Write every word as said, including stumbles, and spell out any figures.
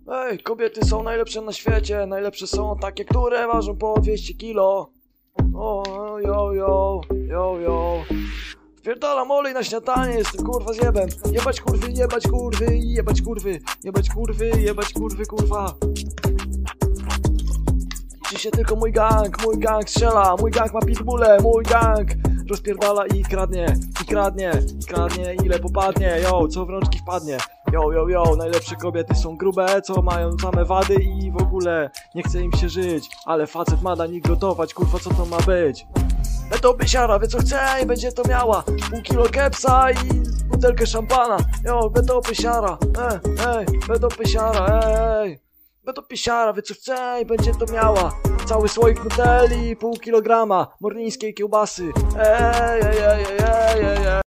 Ej, kobiety są najlepsze na świecie. Najlepsze są takie, które ważą po dwieście kilo. O, jo, jo, jo, jo. Wpierdalam olej na śniadanie, jestem kurwa zjebem. Jebać kurwy, jebać kurwy, jebać kurwy, jebać kurwy, jebać kurwy, kurwa. Dzisiaj tylko mój gang, mój gang strzela, mój gang ma pitbulle, mój gang rozpierdala i kradnie, i kradnie, i kradnie, ile popadnie, yo, co w rączki wpadnie. Yo, yo, yo, najlepsze kobiety są grube, co mają same wady i w ogóle nie chce im się żyć. Ale facet ma na nich gotować, kurwa, co to ma być? Beto Pysiara wie co chce i będzie to miała. Pół kilo kepsa i butelkę szampana. Yo, Beto Pysiara, ej, ej, Beto Pysiara, ej. Beto Pysiara wie co chce i będzie to miała. Cały słoik nutelli, pół kilograma mornińskiej kiełbasy. Ej, ej, ej, ej, ej, ej.